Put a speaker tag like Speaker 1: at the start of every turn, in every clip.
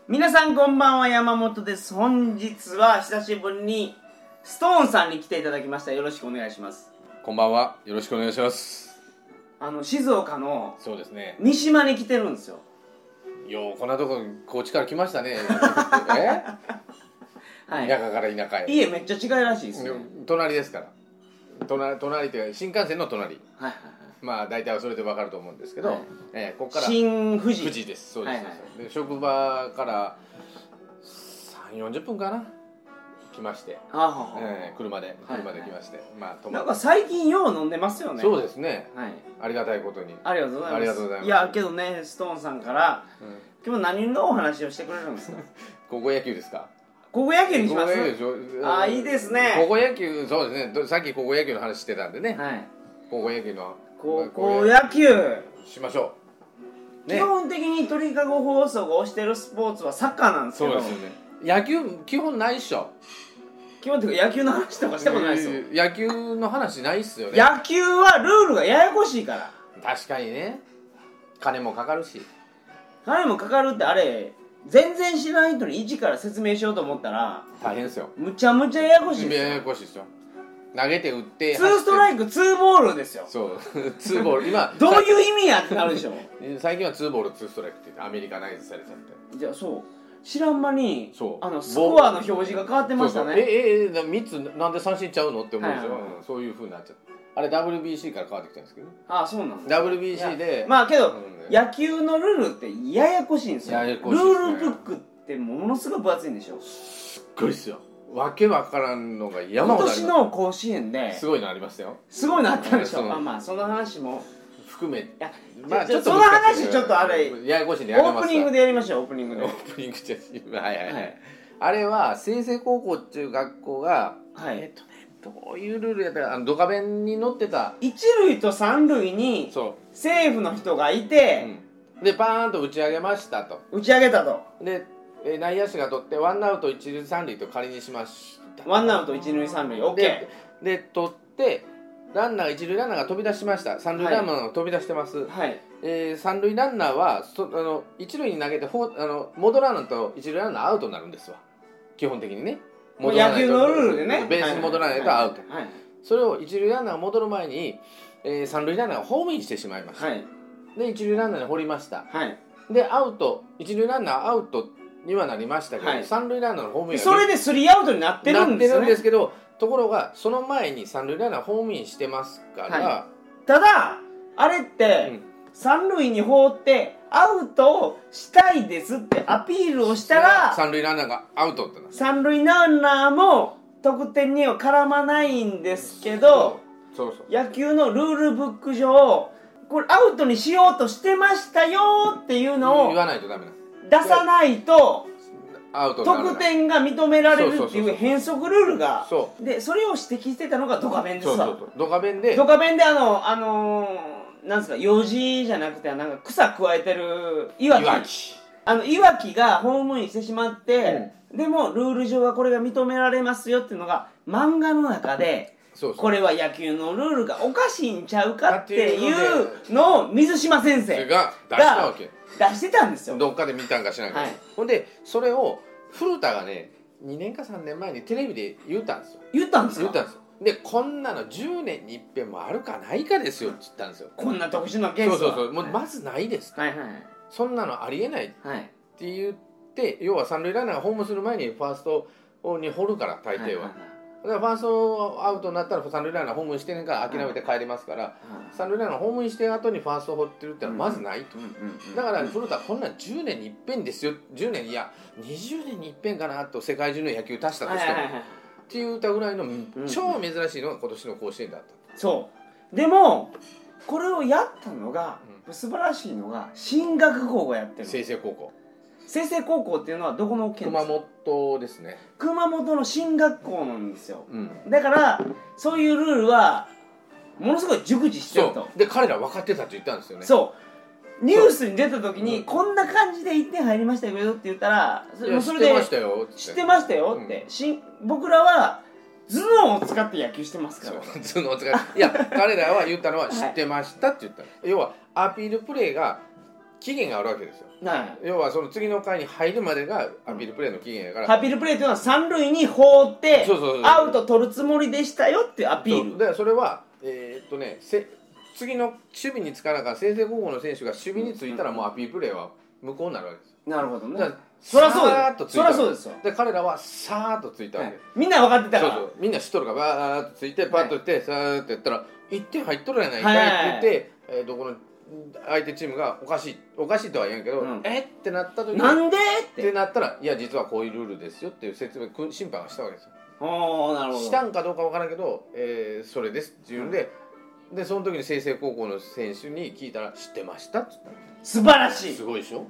Speaker 1: 皆さんこんばんは、山本です。本日は久しぶりにストーンさんに来ていただきました。よろしくお願いします。
Speaker 2: こんばんは、よろしくお願いします。
Speaker 1: 静岡の
Speaker 2: そうですね、
Speaker 1: 三島に来てるんですよ。
Speaker 2: ようこんなとこ高知から来ましたね
Speaker 1: はい、
Speaker 2: 田舎から田舎へ。
Speaker 1: 家めっちゃ近いらしいですね。
Speaker 2: 隣ですから。隣って新幹線の隣。
Speaker 1: はいはいはい。
Speaker 2: まあ大体はそれで分かると思うんですけど、
Speaker 1: はい、
Speaker 2: ここから
Speaker 1: 新富士。
Speaker 2: 富士です。そうです、
Speaker 1: はいはい、
Speaker 2: で職場から3、40分かな来まして、車で来まして、まあ
Speaker 1: なんか最近よう飲んでますよね。
Speaker 2: そうですね、
Speaker 1: はい、
Speaker 2: ありがたいことに。
Speaker 1: ありがとうございます。
Speaker 2: ありがとうございます。
Speaker 1: いやけどね、ストーンさんから、今日何のお話をしてくれるんですか？
Speaker 2: 高校野球ですか？
Speaker 1: 高校野球にします？
Speaker 2: あ、
Speaker 1: いいですね。
Speaker 2: 高校野球、そうですね、さっき高校野球の話してたんでね、はい、高校野球の
Speaker 1: 高校野球
Speaker 2: しましょ
Speaker 1: う、ね、基本的に鳥かご放送が推してるスポーツはサッカーなんですけど。
Speaker 2: そうですよね。野球基本ないっしょ。
Speaker 1: 基本的に野球の話とかしたことないですよ。
Speaker 2: 野球の話ないっすよね。
Speaker 1: 野球はルールがややこしいから。
Speaker 2: 確かにね、金もかかるし。
Speaker 1: 金もかかるって、あれ全然知らない人に一から説明しようと思ったら
Speaker 2: 大変ですよ。
Speaker 1: むちゃむちゃややこしいですよ。
Speaker 2: ややこしいですよ。投げて打って
Speaker 1: 2ストライク2ボールですよ。
Speaker 2: そう2ボール今
Speaker 1: どういう意味やってなるでしょ
Speaker 2: 最近は2ボール2ストライクって言ってアメリカナイズされちゃって。
Speaker 1: じゃあそう知らん間にスコアの表示が変わってましたね。
Speaker 2: 3つなんで三振ちゃうのって思うんですよ、そういう風になっちゃって。あれ WBC から変わってきたんですけどね。
Speaker 1: ああ、そうなんです。
Speaker 2: WBC で
Speaker 1: まあけど、野球のルールってややこしいんですよ。
Speaker 2: ややこしいですね。
Speaker 1: ルールブックってものすごい分厚いんでしょ。
Speaker 2: すっごいっすよ。わけわからんのが山ほどあります。
Speaker 1: 今年の甲子園です
Speaker 2: ごいのありましたよ。
Speaker 1: すごいのあったんでしょ。まあその話も
Speaker 2: 含め、
Speaker 1: まあちょっとその話ちょっとあれ
Speaker 2: ややこしいんでやめます。
Speaker 1: オープニングでやりましょう。オープニングで。
Speaker 2: オープニングじゃはいはいはい。あれは済々高校っていう学校が、どういうルールやったら、ドカベンに載ってた
Speaker 1: 一塁と三塁にセーフの人がいて、
Speaker 2: でパーンと打ち上げましたと。
Speaker 1: 打ち上げたと。
Speaker 2: で内野手が取ってワンアウト一塁三塁と仮にしました。
Speaker 1: ワンアウト一塁三塁 OK
Speaker 2: で取ってランナー一塁ランナーが飛び出しました。三塁ランナーが飛び出してます、はい。三塁ランナーは一塁に投げて戻らないと一塁ランナーアウトになるんですわ、基本的にね。
Speaker 1: 野球のルールでね、
Speaker 2: ベースに戻らないとアウト。それを一塁ランナーが戻る前に、三塁ランナーがホームインしてしまいました、はい。で一塁ランナーに放りました、はい。でアウト、一塁ランナーアウトにはなりましたけど、はい、三塁ランナーのホームインがそれでスリーアウトになってるんですよね。なってるんですけど、ところがその前に三塁ランナーホームインしてますから、はい、ただ
Speaker 1: あれって、三塁に放ってアウトをしたいですってアピールをしたら
Speaker 2: 三塁ランナーがアウトってなる。
Speaker 1: 三塁ランナーも得点には絡まないんですけど、野球のルールブック上これアウトにしようとしてましたよっていうのを
Speaker 2: 言わないとダメな
Speaker 1: 出さないと得点が認められるっていう変則ルールがで、それを指摘してたのがドカベンですわ。
Speaker 2: ドカベンで
Speaker 1: なんですか、よじじゃなくてなんか草加えてるいわきがホームインしてしまって、でもルール上はこれが認められますよっていうのが漫画の中で、これは野球のルールがおかしいんちゃうかっていうのを水島先生が出してたんですよ。
Speaker 2: どっかで見たんかしらんけど、ほんでそれを古田がね2年か3年前にテレビで言ったんですよ。
Speaker 1: 言ったんですか？
Speaker 2: でこんなの10年に一遍もあるかないかですよって言ったんですよ。
Speaker 1: こんな特殊なケースは
Speaker 2: もうまずないです、そんなのありえないって言って、要は三塁ランナーがホームする前にファーストに掘るから大抵は、だからファーストアウトになったら三塁ランナーホームインしてねんから諦めて帰れますから、三塁ランナーホームインして後にファースト掘ってるってのはまずないと。だから古田はこんなん10年に一遍ですよ、10年いや20年に一遍かなと世界中の野球足したとしてもっていう歌ぐらいの超珍しいのが今年の甲子園だった。
Speaker 1: そうでもこれをやったのが、素晴らしいのが進学校がやってる。
Speaker 2: 済々高校。
Speaker 1: 済々高校っていうのはどこの県ですか？
Speaker 2: 熊本ですね。
Speaker 1: 熊本の進学校なんですよ、だからそういうルールはものすごい熟知してると。
Speaker 2: で彼ら分かってたって言ったんですよね。
Speaker 1: そうニュースに出た時にこんな感じで1点入りましたけどって言ったら、それで知ってましたよって、僕らは頭脳を使って野球してますから。
Speaker 2: 頭脳を使っていや彼らは言ったのは知ってましたって言った、要はアピールプレーが期限があるわけですよ、
Speaker 1: はい、
Speaker 2: 要はその次の回に入るまでがアピールプレーの期限やから、
Speaker 1: アピールプレーというのは三塁に放ってアウト取るつもりでしたよっていうアピール
Speaker 2: で、それは次の守備につかなか先制高校の選手が守備についたらもうアピールプレーは無効になるわけです。
Speaker 1: なるほどね。そりゃそうですよ。
Speaker 2: で彼らはさーっとついたわけ、
Speaker 1: みんな分かってたから。
Speaker 2: そうみんな知っとるからバーッとついてパッといってさーっとやったら1点入っとるやないかいって言って、どこの相手チームがおかしいとは言うんけど、ってなった時に
Speaker 1: なんで
Speaker 2: ってなったら、いや実はこういうルールですよっていう説明審判がしたわけですよ。
Speaker 1: なるほど。
Speaker 2: したんかどうか分からんけど、それですっていうんで、でその時に清成高校の選手に聞いたら知ってましたって言った。
Speaker 1: 素晴らしい。
Speaker 2: すごいでしょ。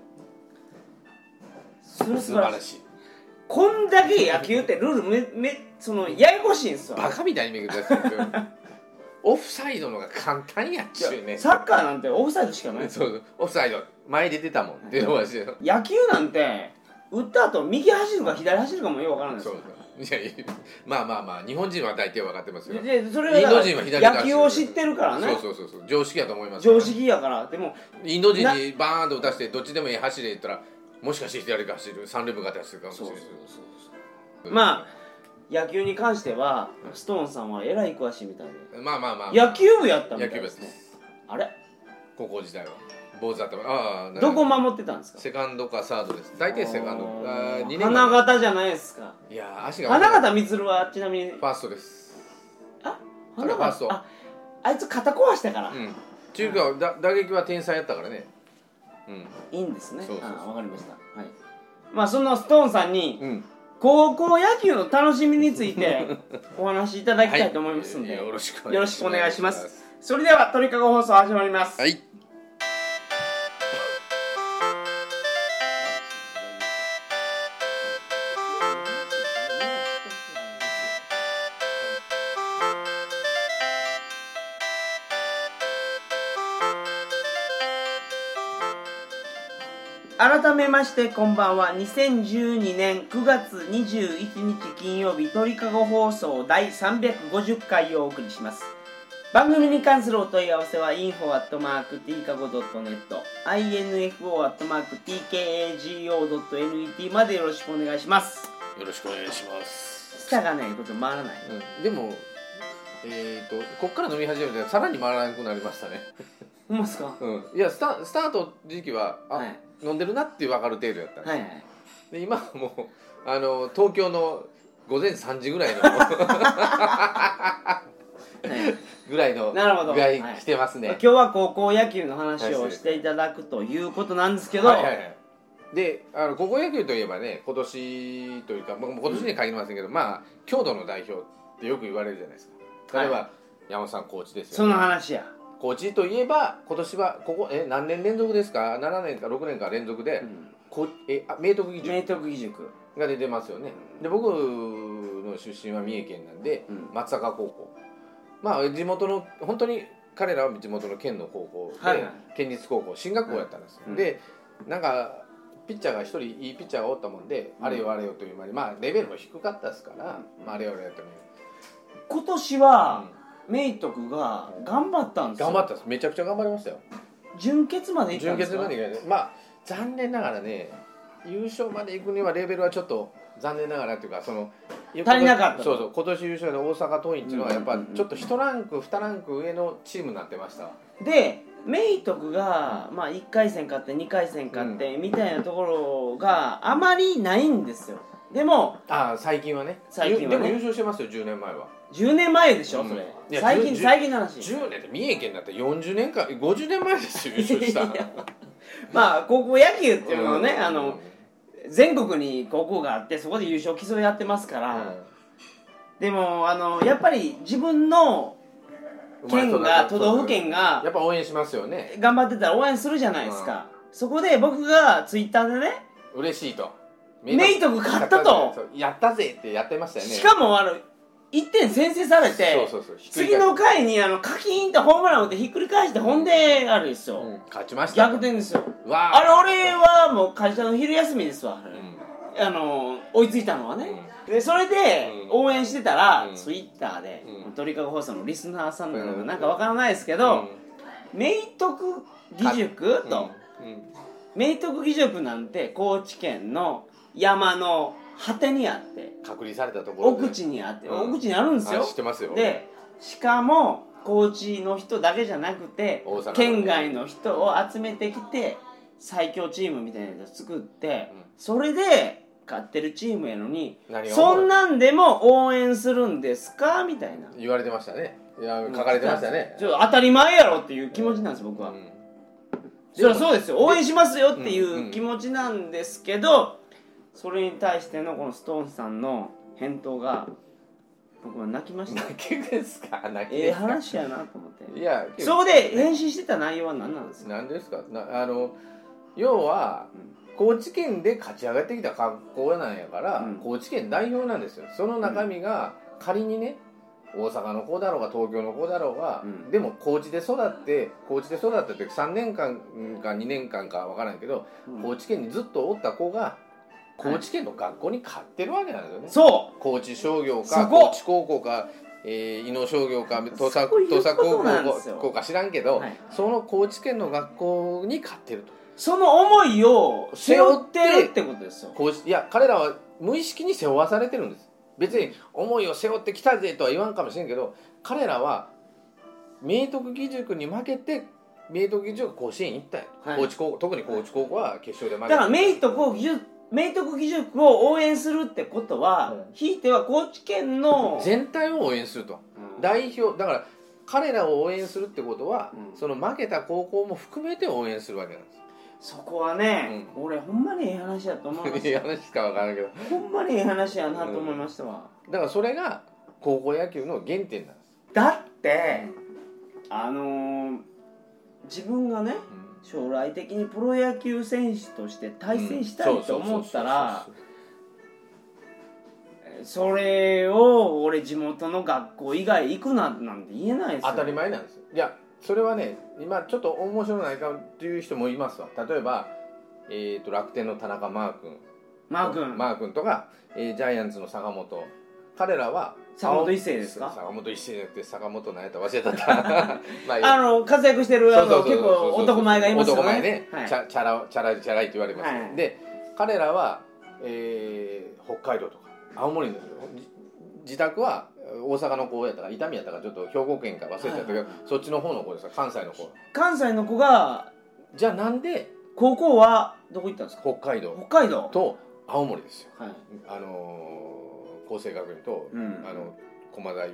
Speaker 1: 素晴らしい。こんだけ野球ってルールそのややこしいんですよ。
Speaker 2: バカみたいにめくるやつですよ。オフサイドのが簡単やっちゅうね。
Speaker 1: サッカーなんてオフサイドしかない。
Speaker 2: そうオフサイド前出てたもんっていうのは
Speaker 1: 野球なんて打った後右走るか左走るかもよく分からないですよ。
Speaker 2: いやまあ日本人は大体分かってますよ。
Speaker 1: でそれが野球を知ってるからね。
Speaker 2: そう常識やと思います。
Speaker 1: 常識やから。でも
Speaker 2: インド人にバーンと打たしてどっちでもいい走れって言ったらもしかして左か走る三塁分かって走るかもしれない。
Speaker 1: まあ野球に関してはストーンさんはえらい詳しいみたいで。
Speaker 2: まあ
Speaker 1: 野球部やったみたいですね。あれ
Speaker 2: 高校時代は坊主だった。
Speaker 1: どこ守ってたんですか？
Speaker 2: セカンドかサードです。大体セカンド。
Speaker 1: 2年花形じゃないですか。
Speaker 2: いや足が
Speaker 1: 花形満はちなみに
Speaker 2: ファーストです。
Speaker 1: 花形ファースト。あいつ肩壊したから。
Speaker 2: 中華は打撃は天才やったからね。
Speaker 1: いいんですね。わかりました。はい。まあそのストーンさんに高校野球の楽しみについてお話しいただきたいと思いますので、
Speaker 2: よろしく
Speaker 1: お願いします。それでは鳥かご放送始まります。
Speaker 2: はい。
Speaker 1: 改めましてこんばんは。2012年9月21日金曜日、鳥かご放送第350回をお送りします。番組に関するお問い合わせは info@tkago.net info@tkago.net までよろしくお願いします。
Speaker 2: よろしくお願いします。
Speaker 1: 舌がないこと回らない、
Speaker 2: でもこっから飲み始めてさらに回らなくなりましたね。
Speaker 1: ほんまですか？
Speaker 2: いやスタート時期は飲んでるなって分かる程度やったんです、で今はもう東京の午前3時ぐらいのぐらいの具合来てますね。
Speaker 1: 今日は高校野球の話をしていただくということなんですけど、
Speaker 2: で高校野球といえばね、今年というか、今年に限りませんけど、郷土の代表ってよく言われるじゃないですか。例えば山本さんコーチですよね。
Speaker 1: その話や。
Speaker 2: コーチといえば今年は何年連続ですか？7年か6年か連続で、明徳義塾が出てますよね。で僕の出身は三重県なんで、松阪高校、地元の本当に彼らは地元の県の高校で、県立高校進学校やったんです、でなんかピッチャーが一人いいピッチャーがおったもんで、あれよあれよという間にレベルも低かったですから、あれよあれよと
Speaker 1: 今年は、明徳が頑張ったんですよ。
Speaker 2: 頑張ったんです。めちゃくちゃ頑張りましたよ。
Speaker 1: 準決まで行ったんですか？
Speaker 2: 準決まで行かない。残念ながらね、優勝まで行くにはレベルはちょっと残念ながらっていうか、
Speaker 1: 足りなかった。
Speaker 2: そう今年優勝の大阪桐蔭っていうのはやっぱちょっと1ランク2ランク上のチームになってました。
Speaker 1: で明徳が1回戦勝って2回戦勝ってみたいなところがあまりないんですよ。でも
Speaker 2: 最近はね。でも優勝してますよ、10年前は。
Speaker 1: 10年前でしょ、それ。最近の話。
Speaker 2: 10年って三重県だって40年か50年前ですよ、優勝した。
Speaker 1: 高校野球っていうのはね、全国に高校があってそこで優勝競いやってますから、でもやっぱり自分の県が都道府県が
Speaker 2: やっぱ応援しますよね。
Speaker 1: 頑張ってたら応援するじゃないですか。そこで僕がツイッターでね、
Speaker 2: 嬉しいと、
Speaker 1: 明徳勝ったと、
Speaker 2: やったぜってやってましたよね。
Speaker 1: しかも1点先制されて、次の回にカキーンとホームラン打ってひっくり返して本であるんですよ、
Speaker 2: 勝ちました。
Speaker 1: 逆転ですよ。俺はもう会社の昼休みですわ、追いついたのはね、でそれで応援してたら、ツイッターで鳥かご放送のリスナーさんなのかなんかわからないですけど、明徳義塾と明徳義塾なんて高知県の山の果てにあって
Speaker 2: 隔離されたところで
Speaker 1: 奥地にあって、奥地にあるんですよ。
Speaker 2: 知ってますよ。
Speaker 1: でしかも高知の人だけじゃなくて県外の人を集めてきて最強チームみたいなやつを作って、それで勝ってるチームやのにそんなんでも応援するんですかみたいな
Speaker 2: 言われてましたね。いや書かれてましたね。
Speaker 1: 当たり前やろっていう気持ちなんです僕は。それはそうですよ、応援しますよっていう気持ちなんですけど、それに対してのこのストーンさんの返答が僕は泣きました。
Speaker 2: 泣きですか？泣き
Speaker 1: ですか？話やなと思って。
Speaker 2: いや
Speaker 1: そこで返信してた内容は何なんですか？
Speaker 2: 何ですか？要は、高知県で勝ち上がってきた学校なんやから、高知県代表なんですよ。その中身が仮にね、大阪の子だろうが東京の子だろうが、でも高知で育って3年間か2年間か分からないけど、高知県にずっとおった子が高知県の学校に勝ってるわけなんですよね。
Speaker 1: そう。
Speaker 2: 高知商業か高知高校か、伊能商業か土佐高校か知らんけど、その高知県の学校に勝ってると。
Speaker 1: その思いを背負ってるってことですよ。
Speaker 2: いや彼らは無意識に背負わされてるんです。別に思いを背負ってきたぜとは言わんかもしれんけど、彼らは明徳義塾に負けて明徳義塾が甲子園行ったよ、高知高校、特に高知高校は決勝で負けた。
Speaker 1: だから明徳義塾を応援するってことは、ひいては高知県の
Speaker 2: 全体を応援すると、代表だから彼らを応援するってことは、その負けた高校も含めて応援するわけなんです。
Speaker 1: そこはね、俺ほんまにいい話やと思いました。
Speaker 2: いい話か分からんけど
Speaker 1: ほんまにいい話やなと思いましたわ。
Speaker 2: だからそれが高校野球の原点なんです。
Speaker 1: だって自分がね、将来的にプロ野球選手として対戦したいと思ったら、それを俺地元の学校以外行くなんて言えないですよ。
Speaker 2: 当たり前なんですよ。いやそれはね、今ちょっと面白ないかっていう人もいますわ。例えば、楽天の田中マー君とか、ジャイアンツの坂本、彼らは
Speaker 1: 坂本一成ですか？
Speaker 2: 坂本一成じゃなくて坂本何やったら忘れたった
Speaker 1: 活躍してる結構男前がいますよね。
Speaker 2: 男前ね、チャラいって言われますよ、で彼らは、北海道とか青森の自宅は大阪の子やったか伊丹やったかちょっと兵庫県か忘れちゃったけど、そっちの方の子ですか？関西の子がじゃあなんで
Speaker 1: 高校はどこ行ったんですか？
Speaker 2: 北海道と青森ですよ、厚生学院と、駒大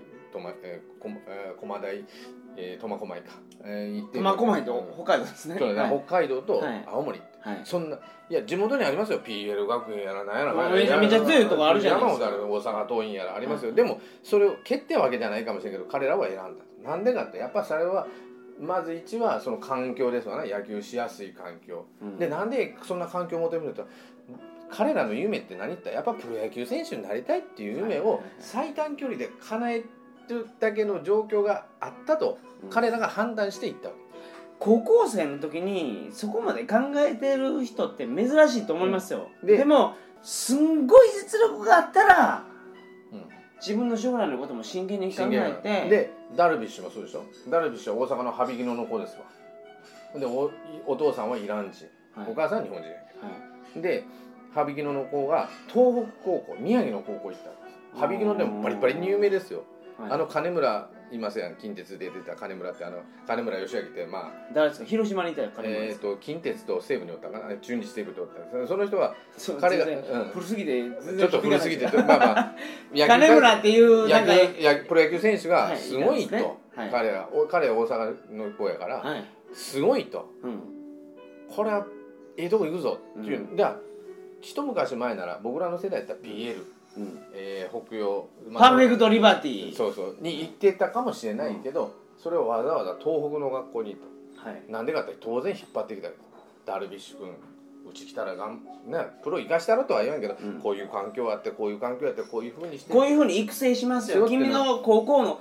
Speaker 2: 苫小牧か、
Speaker 1: 苫小牧と北海道ですね。
Speaker 2: 北海道と青森って、そんないや地元にありますよ、 PL 学園やら何やら
Speaker 1: めちゃめちゃ強いとこあるじゃないですか。
Speaker 2: 大阪桐蔭やらありますよ、でもそれを蹴ってわけじゃないかもしれないけど彼らは選んだ。なんでかってやっぱそれはまず1はその環境ですわね、野球しやすい環境、でなんでそんな環境を求めると、彼らの夢って何ってやっぱプロ野球選手になりたいっていう夢を最短距離で叶えるだけの状況があったと彼らが判断していったわけ。
Speaker 1: 高校生の時にそこまで考えてる人って珍しいと思いますよ、でもすんごい実力があったら、自分の将来のことも真剣に考えて。
Speaker 2: でダルビッシュもそうでしょ。ダルビッシュは大阪の羽曳野の子ですわ。で お父さんはイラン人、お母さんは日本人やけど、で羽曳野の子が東北高校、宮城の高校行ったんです。羽曳野でもバリバリに有名ですよ、金村いますやん、近鉄で出た金村って、金村義明って
Speaker 1: 誰ですか？広島にいたよ金村です。
Speaker 2: 近鉄と西武におったかな、中日西武とおった。その人は
Speaker 1: 彼が古すぎて
Speaker 2: ちょっと古すぎて
Speaker 1: 金村っていう
Speaker 2: プロ野球選手がすごいと、彼は大阪の子やからすごいと、これはええとこ行くぞっていう。じゃあ一昔前なら僕らの世代だったら PL、北洋
Speaker 1: パーフェクトリバティ
Speaker 2: に行ってたかもしれないけど、それをわざわざ東北の学校にと、なんでかって当然引っ張ってきたダルビッシュ君うち来たらプロ行かしたろとは言わんけど、こういう環境あってこういう環境あってこういうふうにして
Speaker 1: こういうふうに育成しますよ。君の高校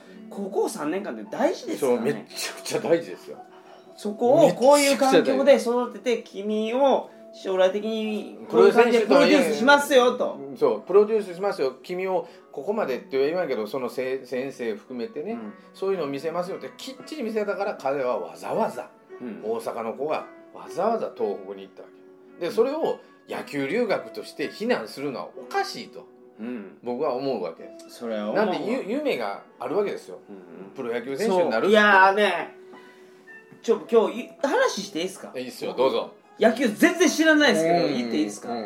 Speaker 1: 3年間って大事ですよね。
Speaker 2: めちゃくちゃ大事ですよ。
Speaker 1: そこをこういう環境で育てて君を将来的にこういう感じでプロデュースしますよと。
Speaker 2: そうプロデュースしますよ、君をここまでって言わんけどその先生含めてね、そういうのを見せますよってきっちり見せたから、彼はわざわざ大阪の子がわざわざ東北に行ったわけで、それを野球留学として非難するのはおかしいと、僕は思うわけです。
Speaker 1: それは
Speaker 2: なんで夢があるわけですよ、プロ野球選手になる。
Speaker 1: いやーね、今日話していいですか？
Speaker 2: いいですよ、どうぞ。
Speaker 1: 野球全然知らないですけど言っていいですか？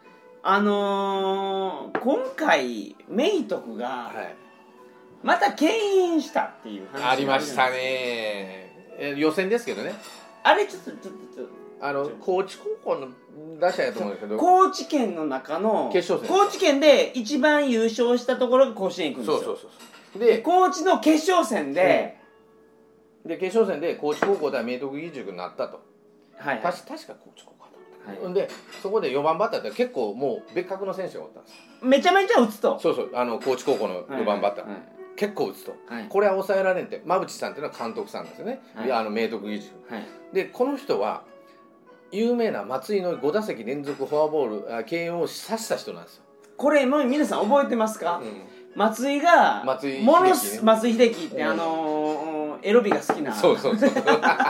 Speaker 1: 今回明徳がまた敬遠したっていう話
Speaker 2: ありましたね。予選ですけどね。
Speaker 1: あれちょっと
Speaker 2: 高知高校の打者やと思うんですけど、
Speaker 1: 高知県の中の
Speaker 2: 決勝戦、
Speaker 1: 高知県で一番優勝したところが甲子園行くんですよ。そうで高知の決勝戦で、
Speaker 2: 決勝戦で高知高校対明徳義塾になったと。確か高知高校だった、でそこで4番バッターって結構もう別格の選手がおったんです。
Speaker 1: めちゃめちゃ打つと。
Speaker 2: そう高知高校の4番バッター、結構打つと、これは抑えられんって馬淵さんっていうのは監督さんですよね、明徳義塾、でこの人は有名な松井の5打席連続フォアボール敬遠を刺した人なんですよ。
Speaker 1: これもう皆さん覚えてますか？松井が松井秀喜ってエロビが好きな。
Speaker 2: そうそこっす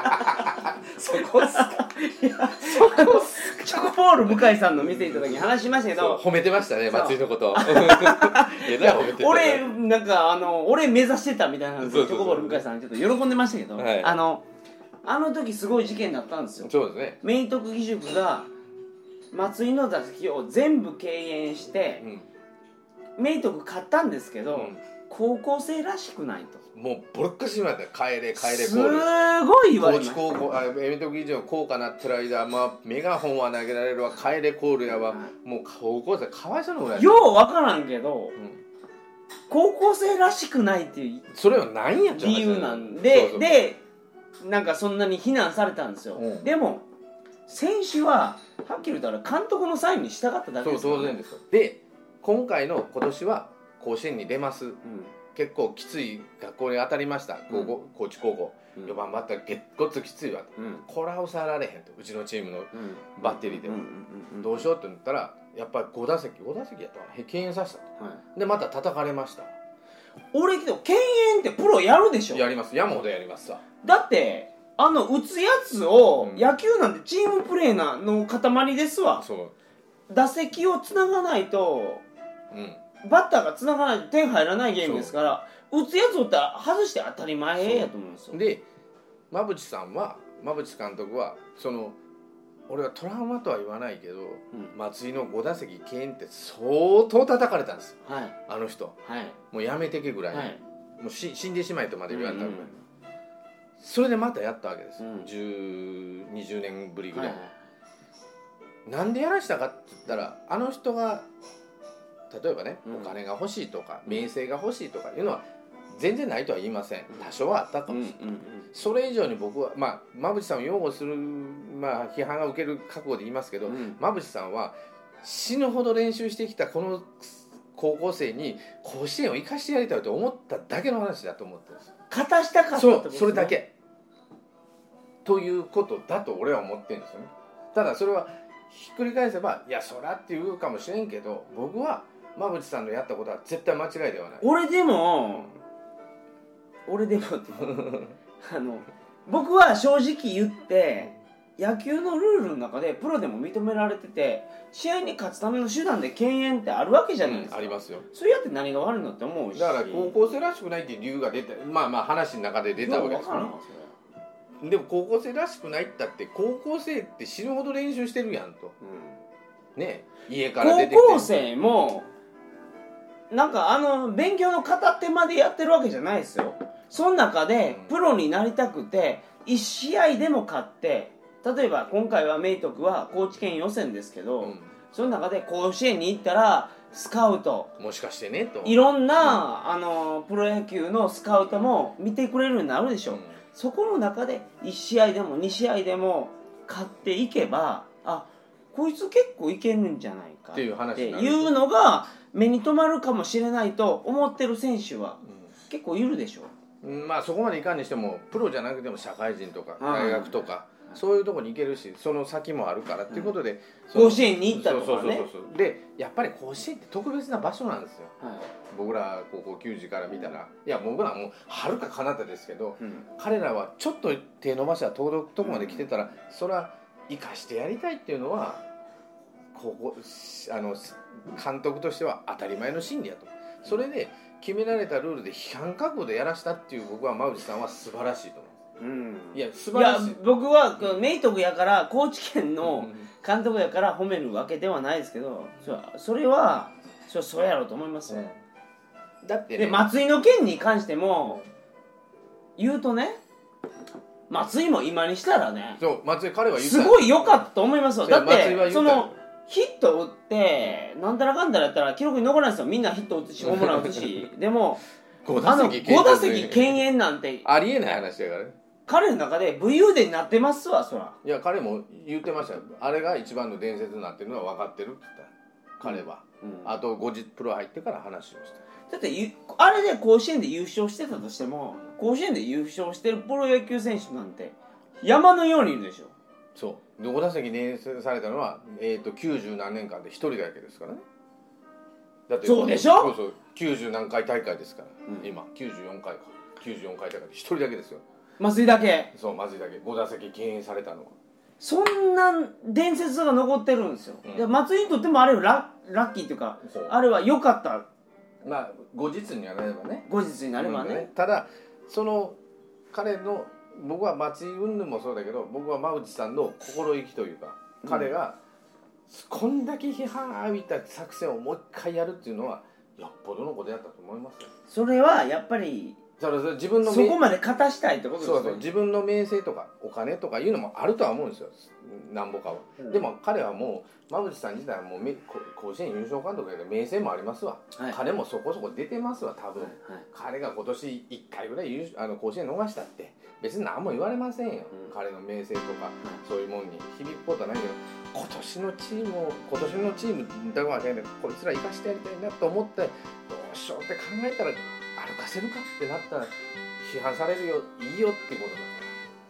Speaker 2: か。
Speaker 1: チョコボール向井さんの店行った時に話しましたけど、
Speaker 2: 褒めてましたね、松井のこと。
Speaker 1: 俺なんか俺目指してたみたいな、チョコボール向井さんちょっと喜んでましたけど、あの時すごい事件だったんですよ。
Speaker 2: そうですね。
Speaker 1: 明徳義塾が松井の打席を全部敬遠して、明徳勝ったんですけど、高校生らしくないと。
Speaker 2: もうボロッカシまで帰れコール。
Speaker 1: すごい言われました。
Speaker 2: 高知高校明徳義塾高価なってる間、メガホンは投げられるわ、帰れコールやわ、もう高校生かわいそうなぐらい。
Speaker 1: よう分からんけど、高校生らしくないっていう
Speaker 2: それは何やっちゃう
Speaker 1: 理由なんで、なんかそんなに非難されたんですよ。でも選手ははっきり言ったら監督のサインに従っただけですから。
Speaker 2: そう当然ですよ。で今年は甲子園に出ます、結構きつい学校に当たりました、高知高校、4番バッターごっつきついわと、これは抑えられへんと、うちのチームのバッテリーでどうしようって言ったら、やっぱり5打席やったら敬遠させたと、でまた叩かれました。
Speaker 1: 俺けど敬遠ってプロやるでしょ。
Speaker 2: やります、山ほどやりますわ。
Speaker 1: だって打つやつを、野球なんてチームプレーの塊ですわ。打席をつながないと、バッターがつながないと点入らないゲームですから、打つやつをったら外して当たり前やと思うんですよ。
Speaker 2: で馬淵監督は俺はトラウマとは言わないけど、松井の5打席敬遠って相当叩かれたんですよ、あの人、もうやめてけぐらい、もう死んでしまえとまで言われたぐらい、それでまたやったわけです、20年ぶりぐらい、なんでやらしたかって言ったら、あの人が例えばね、お金が欲しいとか名声が欲しいとかいうのは全然ないとは言いません。多少はあったかもしれない、それ以上に僕は馬淵さんを擁護する、批判が受ける覚悟で言いますけど、馬淵さんは死ぬほど練習してきたこの高校生に甲子園を生かしてやりたいと思っただけの話だと思ってるんですよ。
Speaker 1: 勝たしたかったってことですね。
Speaker 2: それだけということだと俺は思ってるんですよね。ただそれはひっくり返せば、いやそらって言うかもしれんけど、僕は馬淵さんのやったことは絶対間違いではない。
Speaker 1: 俺でもって僕は正直言って、野球のルールの中でプロでも認められてて、試合に勝つための手段で敬遠ってあるわけじゃないですか、
Speaker 2: ありますよ。
Speaker 1: それやって何が悪いのって思うし、
Speaker 2: だから高校生らしくないっていう理由が出て、話の中で出たわけですよね。でも高校生らしくないったって、高校生って死ぬほど練習してるやんと、ね、家から出てきて
Speaker 1: 高校生もなんか勉強の片手までやってるわけじゃないですよ。その中でプロになりたくて1試合でも勝って、例えば今回は明徳は高知県予選ですけど、その中で甲子園に行ったらスカウト
Speaker 2: もしかしてねと、
Speaker 1: いろんな、プロ野球のスカウトも見てくれるようになるでしょ、そこの中で1試合でも2試合でも勝っていけば、こいつ結構いけるんじゃないかっていうのが目に留まるかもしれないと思ってる選手は結構いるでしょ。
Speaker 2: そこまでいかんにしても、プロじゃなくても社会人とか大学とか、そういうところに行けるし、その先もあるからっていうことで、
Speaker 1: 甲子園に行ったとかね。
Speaker 2: でやっぱり甲子園って特別な場所なんですよ、僕ら高校球児から見たら。いや僕らもうはるか彼方ですけど、彼らはちょっと手伸ばしたら届くとこまで来てたら、それは生かしてやりたいっていうのは監督としては当たり前の心理やと。それで決められたルールで批判覚悟でやらしたっていう僕は馬淵さんは素晴らしいと思う。いや素晴らしい。
Speaker 1: 僕は明徳やから高知県の監督やから褒めるわけではないですけど、それはそうやろうと思いますよ。
Speaker 2: だってね、
Speaker 1: で松井の件に関しても言うとね、松井も今にしたらね、
Speaker 2: そう松井彼は言った
Speaker 1: すごい良かったと思いますよ。だって
Speaker 2: その
Speaker 1: ヒット打ってなんたらかんたらやったら記録に残らないですよ。みんなヒット打つしホームラン打つしでも
Speaker 2: 5打席
Speaker 1: 敬遠なんて
Speaker 2: ありえない話だからね。
Speaker 1: 彼の中で武勇伝になってますわ。そら
Speaker 2: いや彼も言ってましたよ。あれが一番の伝説になってるのは分かってるって言った彼は、あと後日プロ入ってから話しました。
Speaker 1: だってあれで甲子園で優勝してたとしても、甲子園で優勝してるプロ野球選手なんて山のようにいるでしょ。
Speaker 2: そう5打席伝説されたのは、90何年間で1人だけですからね。だって
Speaker 1: そうでしょ。
Speaker 2: そう90何回大会ですから、今94回か94回大会で1人だけですよ。
Speaker 1: 松井だけ。
Speaker 2: そう松井だけ5打席敬遠されたのは。
Speaker 1: そんな伝説が残ってるんですよ。松井にとってもあれはラッキーっていうか、あれは良かった。
Speaker 2: まあ後日になればね。
Speaker 1: 後日になればね。
Speaker 2: ただその彼の僕は松井云々もそうだけど、僕は馬淵さんの心意気というか、彼がこんだけ批判浴びた作戦をもう一回やるっていうのはよっぽどのことやったと思いますよ。
Speaker 1: それはやっぱり
Speaker 2: 自分の
Speaker 1: そこまで勝たしたいってことですね。
Speaker 2: そう自分の名声とかお金とかいうのもあるとは思うんですよ、なんぼかは。でも彼はもう馬淵さん自体はもう甲子園優勝監督やけど名声もありますわ、彼もそこそこ出てますわ多分、彼が今年1回ぐらい甲子園逃したって別に何も言われませんよ、彼の名声とか、そういうもんに響くことはないけど、今年のチームだからこいつら生かしてやりたいなと思ってどうしようって考えたら歩かせるかってなったら批判されるよ、いいよってことだから、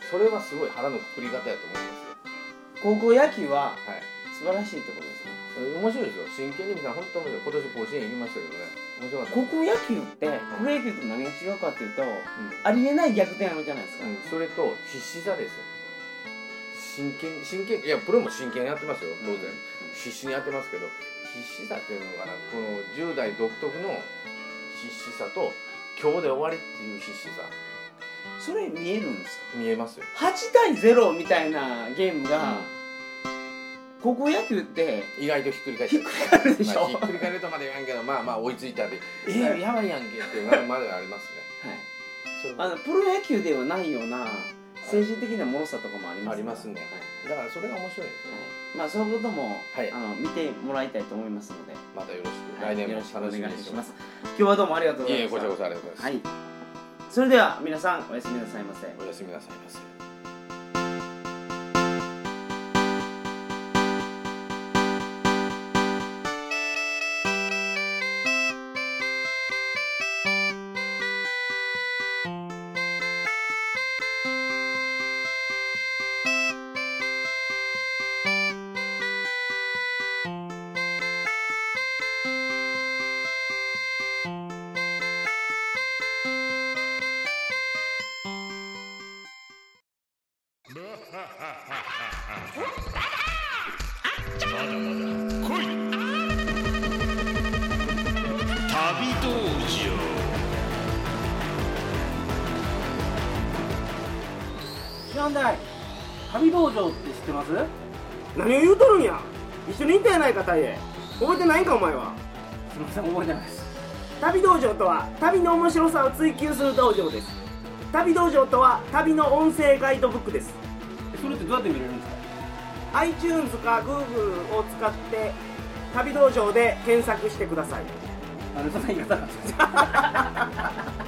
Speaker 2: それはすごい腹のくくり方やと思いますよ。
Speaker 1: 高校野球は素晴らしいってことですね。
Speaker 2: 面白いですよ。真剣に見たら本当面白い。今年甲子園行きましたけどね、面白かった。
Speaker 1: 高校野球ってプロ野球と何が違うかっていうと、ありえない逆転あるじゃないですか、
Speaker 2: それと必死さですよ。真剣いやプロも真剣にやってますよ当然、必死にやってますけど、必死さっていうのかな、この10代独特の必死さと今日で終わりっていう必死さ、
Speaker 1: それ見えるんですか？
Speaker 2: 見えますよ。
Speaker 1: 8対0みたいなゲームが、高校野球って
Speaker 2: 意外とひっくり返
Speaker 1: るでしょ。
Speaker 2: ひっくり返るとまで言わんけど、まあ追いついたでやばいやんけっていうまであります
Speaker 1: ね。はい、プロ野球ではないような精神的なもろさとかもありますね。
Speaker 2: ありますね。だからそれが面白いですね。
Speaker 1: まあそういうことも見てもらいたいと思いますので、
Speaker 2: またよろしく来年も楽しみにしてます。
Speaker 1: 今日はどうもありがとうございました。
Speaker 2: こちらこそありがとうございます。
Speaker 1: それでは皆さんおやすみなさいませ。
Speaker 2: おやすみなさいませ。
Speaker 1: 旅道場って知ってます？何を言うとるんや。一緒に行ったやないか、タイへ。覚えてないんか、お前は。すみません、覚えてないです。旅道場とは旅の面白さを追求する道場です。旅道場とは旅の音声ガイドブックです。それってどうやって見れるんですか？ iTunes か Google を使って旅道場で検索してください。そんな言い方なんですか？